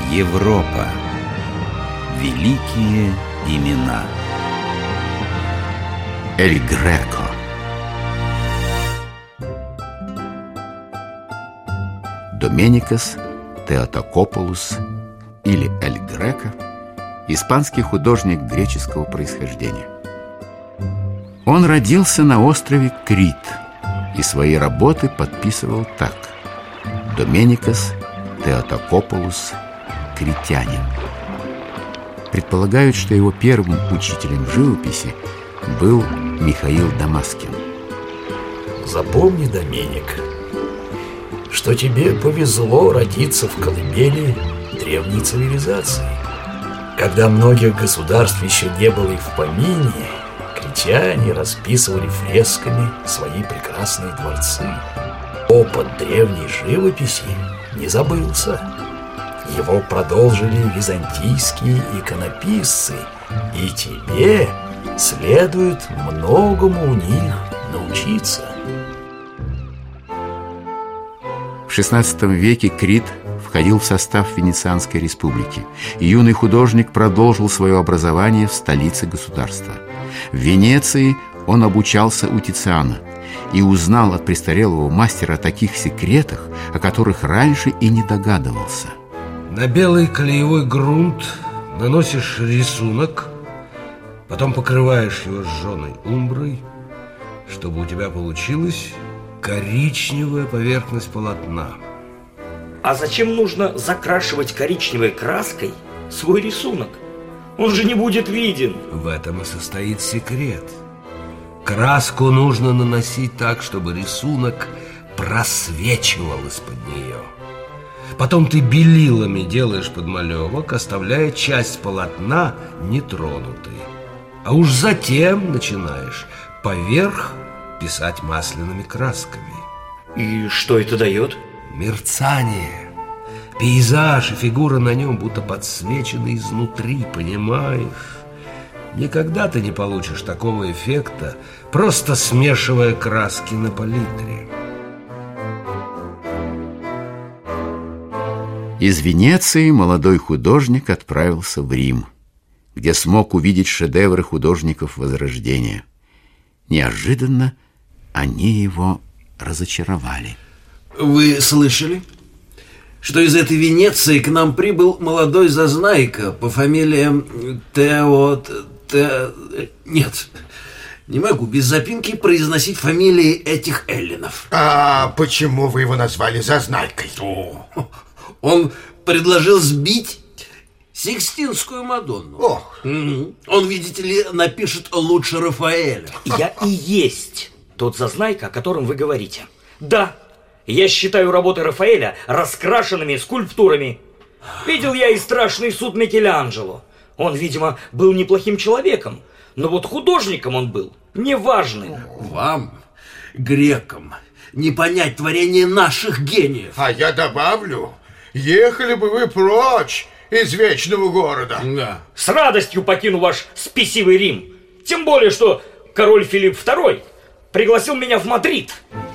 Европа. Великие имена. Эль Греко. Доменикос Теотокопулус или Эль Греко – испанский художник греческого происхождения. Он родился на острове Крит и свои работы подписывал так: Доменикос Теотокопулус, критянин. Предполагают, что его первым учителем живописи был Михаил Дамаскин. Запомни, Доменик, что тебе повезло родиться в колыбели древней цивилизации. Когда многих государств еще не было и в помине, критяне расписывали фресками свои прекрасные дворцы. Опыт древней живописи не забылся. Его продолжили византийские иконописцы, и тебе следует многому у них научиться. В XVI веке Крит входил в состав Венецианской республики, и юный художник продолжил свое образование в столице государства. В Венеции он обучался у Тициана и узнал от престарелого мастера о таких секретах, о которых раньше и не догадывался. На белый клеевой грунт наносишь рисунок, потом покрываешь его жженой умброй, чтобы у тебя получилась коричневая поверхность полотна. А зачем нужно закрашивать коричневой краской свой рисунок? Он же не будет виден. В этом и состоит секрет. Краску нужно наносить так, чтобы рисунок просвечивал из-под нее. Потом ты белилами делаешь подмалевок, оставляя часть полотна нетронутой. А уж затем начинаешь поверх писать масляными красками. И что это дает? Мерцание. Пейзаж и фигура на нем будто подсвечены изнутри, понимаешь? Никогда ты не получишь такого эффекта, просто смешивая краски на палитре. Из Венеции молодой художник отправился в Рим, где смог увидеть шедевры художников Возрождения. Неожиданно они его разочаровали. Вы слышали, что из этой Венеции к нам прибыл молодой зазнайка по фамилиям Нет, не могу без запинки произносить фамилии этих эллинов. А почему вы его назвали зазнайкой? Он предложил сбить Сикстинскую Мадонну. Ох. Он, видите ли, напишет лучше Рафаэля. Я и есть тот зазнайка, о котором вы говорите. Да, я считаю работы Рафаэля раскрашенными скульптурами. Видел я и страшный суд Микеланджело. Он, видимо, был неплохим человеком, но вот художником он был неважным. Вам, грекам, не понять творение наших гениев. А я добавлю, ехали бы вы прочь из вечного города. Да. С радостью покину ваш спесивый Рим. Тем более, что король Филипп II пригласил меня в Мадрид.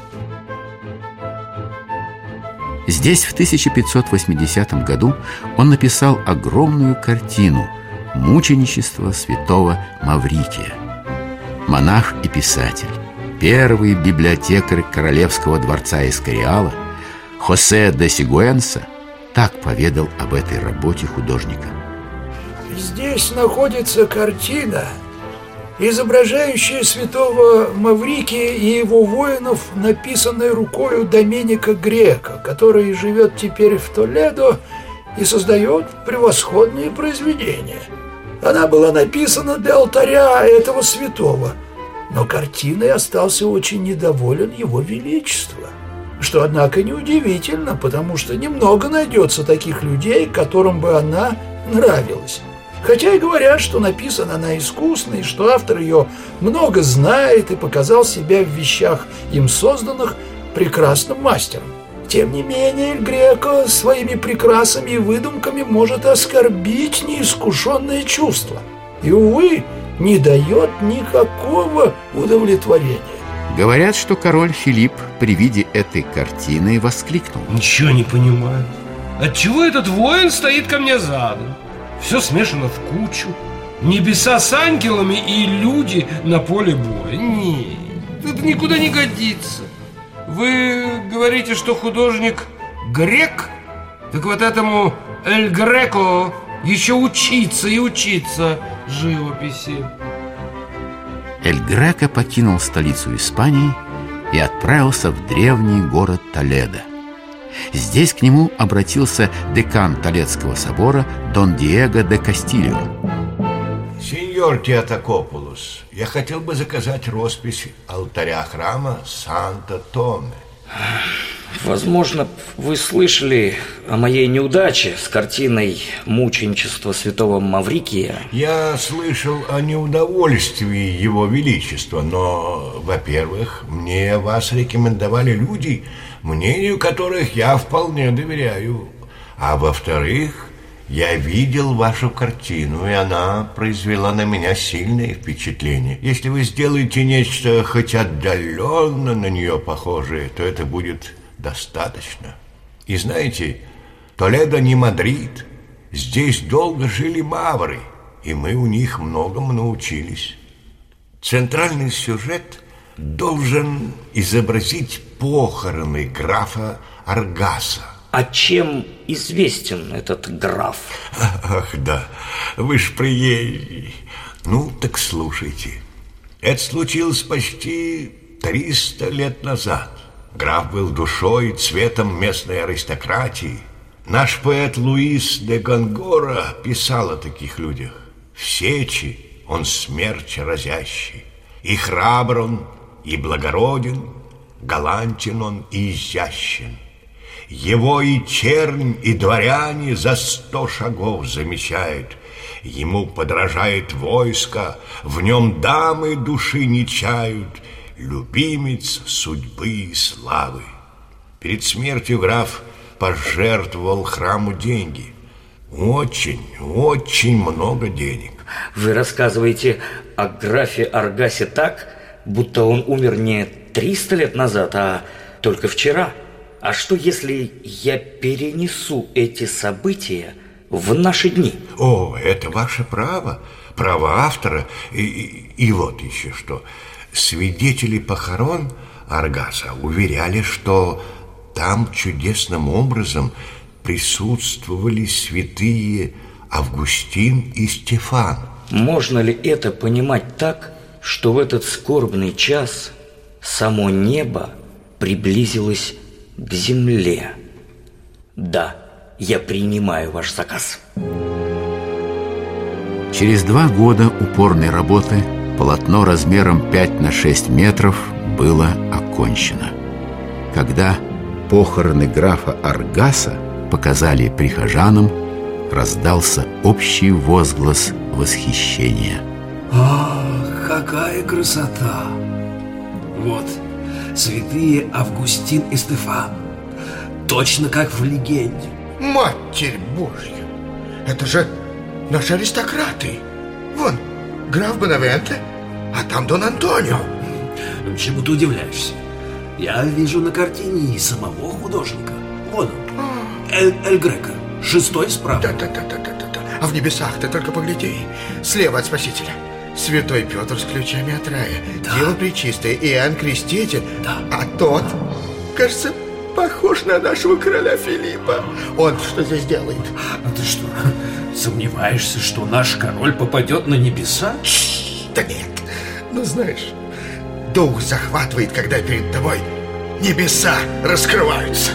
Здесь в 1580 году он написал огромную картину «Мученичество святого Маврикия». Монах и писатель, первый библиотекарь королевского дворца Эскориала Хосе де Сигуэнса так поведал об этой работе художника. Здесь находится картина, изображающая святого Маврикия и его воинов, написанная рукою Доменика Греко, который живет теперь в Толедо и создает превосходные произведения. Она была написана для алтаря этого святого, но картиной остался очень недоволен его величество. Что, однако, неудивительно, потому что немного найдется таких людей, которым бы она нравилась. Хотя и говорят, что написана она искусно, и что автор ее много знает и показал себя в вещах им созданных прекрасным мастером. Тем не менее, Эль Греко своими прикрасами и выдумками может оскорбить неискушенные чувства. И, увы, не дает никакого удовлетворения. Говорят, что король Филипп при виде этой картины воскликнул: ничего не понимаю. отчего этот воин стоит ко мне задом? Все смешано в кучу. Небеса с ангелами и люди на поле боя. Нет, это никуда не годится. Вы говорите, что художник грек? Так вот этому Эль Греко еще учиться и учиться живописи. Эль Греко покинул столицу Испании и отправился в древний город Толедо. Здесь к нему обратился декан Толедского собора Дон Диего де Кастильо. Сеньор Теотокопулос, я хотел бы заказать роспись алтаря храма Санта-Томе. Возможно, вы слышали о моей неудаче с картиной «Мученичество святого Маврикия». Я слышал о неудовольствии Его Величества, но, во-первых, мне вас рекомендовали люди, мнению которых я вполне доверяю. А во-вторых, я видел вашу картину, и она произвела на меня сильное впечатление. Если вы сделаете нечто хоть отдаленно на нее похожее, то это будет достаточно. И знаете, Толедо не Мадрид. Здесь долго жили мавры, и мы у них многому научились. Центральный сюжет должен изобразить похороны графа Аргаса. А чем известен этот граф? Ах, да, вы ж приезжий. Ну, так слушайте. Это случилось почти 300 лет назад. Граф был душой и цветом местной аристократии. Наш поэт Луис де Гонгора писал о таких людях. В сечи он смерч разящий. И храбр он, и благороден, галантен он и изящен. Его и чернь, и дворяне за 100 шагов замечают. Ему подражает войско, в нем дамы души не чают, любимец судьбы и славы. Перед смертью граф пожертвовал храму деньги. Очень, очень много денег. Вы рассказываете о графе Аргасе так, будто он умер не 300 лет назад, а только вчера. А что, если я перенесу эти события в наши дни? О, это ваше право, право автора. И вот еще что. Свидетели похорон Аргаса уверяли, что там чудесным образом присутствовали святые Августин и Стефан. Можно ли это понимать так, что в этот скорбный час само небо приблизилось к земле? Да, я принимаю ваш заказ. Через 2 года упорной работы полотно размером 5 на 6 метров было окончено. Когда похороны графа Аргаса показали прихожанам, раздался общий возглас восхищения. Ах, какая красота! Вот, святые Августин и Стефан, точно как в легенде. Матерь Божья! Это же наши аристократы. Вон, граф Бонавенте, а там Дон Антонио. Чему ты удивляешься? Я вижу на картине и самого художника. Вон он, Эль Греко, 6-й справа. Да. А в небесах ты только погляди. Слева от Спасителя святой Петр с ключами от рая. Да. Дева Пречистая, Иоанн Креститель. Да. А тот, кажется, похож на нашего короля Филиппа. Он что здесь делает? А ты что, сомневаешься, что наш король попадет на небеса? Да нет. Ну, знаешь, дух захватывает, когда перед тобой небеса раскрываются.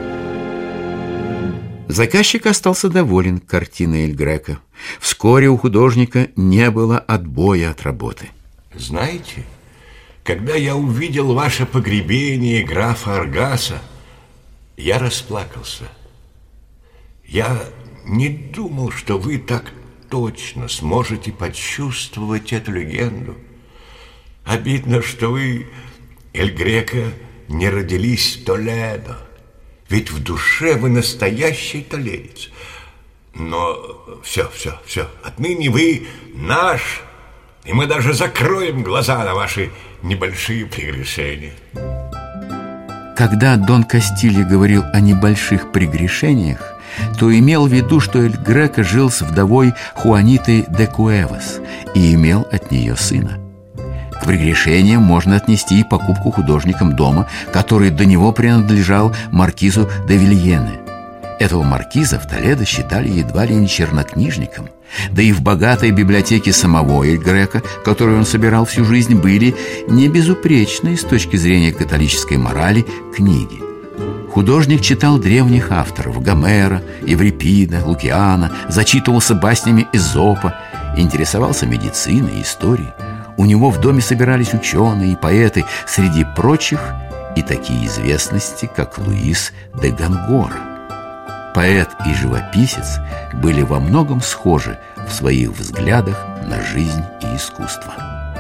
Заказчик остался доволен картиной Эль Греко. Вскоре у художника не было отбоя от работы. Знаете, когда я увидел ваше погребение графа Аргаса, я расплакался. Я не думал, что вы так точно сможете почувствовать эту легенду. Обидно, что вы, Эль Греко, не родились в Толедо. Ведь в душе вы настоящий толедец. Но все. Отныне вы наш, и мы даже закроем глаза на ваши небольшие прегрешения. Когда Дон Кастильо говорил о небольших прегрешениях, то имел в виду, что Эль Греко жил с вдовой Хуанитой де Куэвас и имел от нее сына. К прегрешениям можно отнести и покупку художником дома, который до него принадлежал маркизу де Вильене. Этого маркиза в Толедо считали едва ли не чернокнижником. Да и в богатой библиотеке самого Эль Греко, которую он собирал всю жизнь, были не безупречные с точки зрения католической морали книги. Художник читал древних авторов – Гомера, Еврипида, Лукиана, зачитывался баснями Эзопа, интересовался медициной и историей. У него в доме собирались ученые и поэты, среди прочих и такие известности, как Луис де Гонгора. Поэт и живописец были во многом схожи в своих взглядах на жизнь и искусство.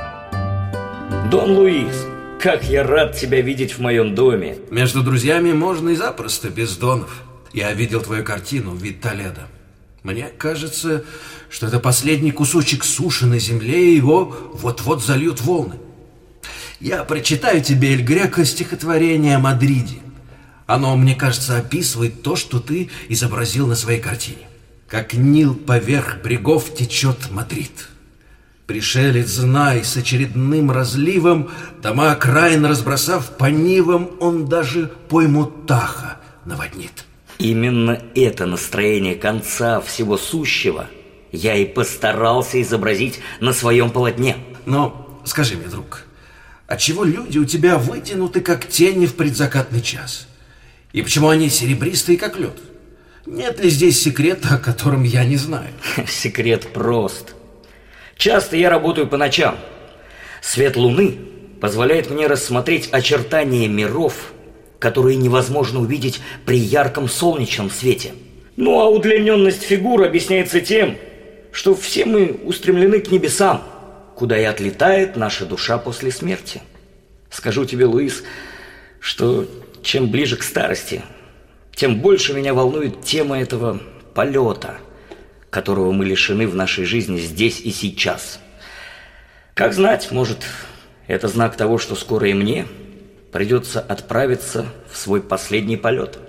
Дон Луис, как я рад тебя видеть в моем доме. Между друзьями можно и запросто, без донов. Я видел твою картину «Вид Толедо». Мне кажется, что это последний кусочек суши на земле, и его вот-вот зальют волны. Я прочитаю тебе, Эль Греко, стихотворение о Мадриде. Оно, мне кажется, описывает то, что ты изобразил на своей картине. Как Нил поверх брегов течет Мадрид. Пришелец, знай, с очередным разливом, дома окраин разбросав по нивам, он даже пойму Таха наводнит. Именно это настроение конца всего сущего я и постарался изобразить на своем полотне. Но скажи мне, друг, отчего люди у тебя вытянуты, как тени в предзакатный час? И почему они серебристые, как лед? Нет ли здесь секрета, о котором я не знаю? Секрет прост. Часто я работаю по ночам. Свет луны позволяет мне рассмотреть очертания миров, которые невозможно увидеть при ярком солнечном свете. Ну а удлиненность фигур объясняется тем, что все мы устремлены к небесам, куда и отлетает наша душа после смерти. Скажу тебе, Луис, что чем ближе к старости, тем больше меня волнует тема этого полета, которого мы лишены в нашей жизни здесь и сейчас. Как знать, может, это знак того, что скоро и мне придется отправиться в свой последний полет.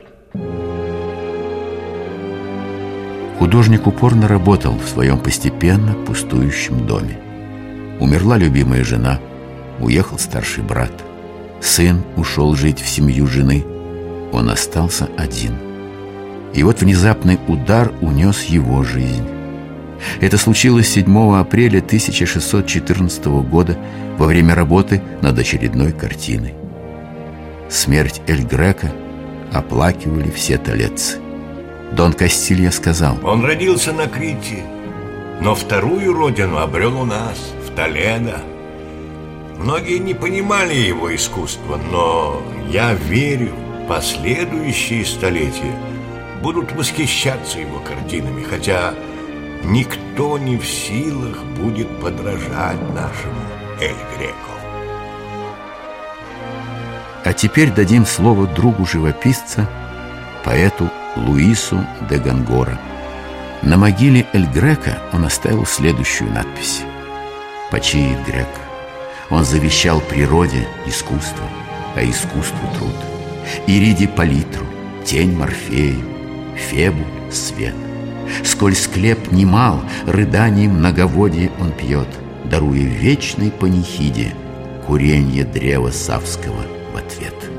Художник упорно работал в своем постепенно пустующем доме. Умерла любимая жена, уехал старший брат. Сын ушел жить в семью жены. Он остался один. И вот внезапный удар унес его жизнь. Это случилось 7 апреля 1614 года во время работы над очередной картиной. Смерть Эль Греко оплакивали все толедцы. Дон Кастильо сказал: он родился на Крите, но вторую родину обрел у нас, в Толедо. Многие не понимали его искусства, но я верю, последующие столетия будут восхищаться его картинами, хотя никто не в силах будет подражать нашему Эль Греко. А теперь дадим слово другу живописца, поэту Луису де Гонгора. На могиле Эль Греко он оставил следующую надпись: «Почиет Греко. Он завещал природе искусство, а искусству труд. Ириде палитру, тень Морфею, Фебу свет. Сколь склеп немал, рыданий многоводье он пьет, даруя вечной панихиде куренье древа Савского в ответ».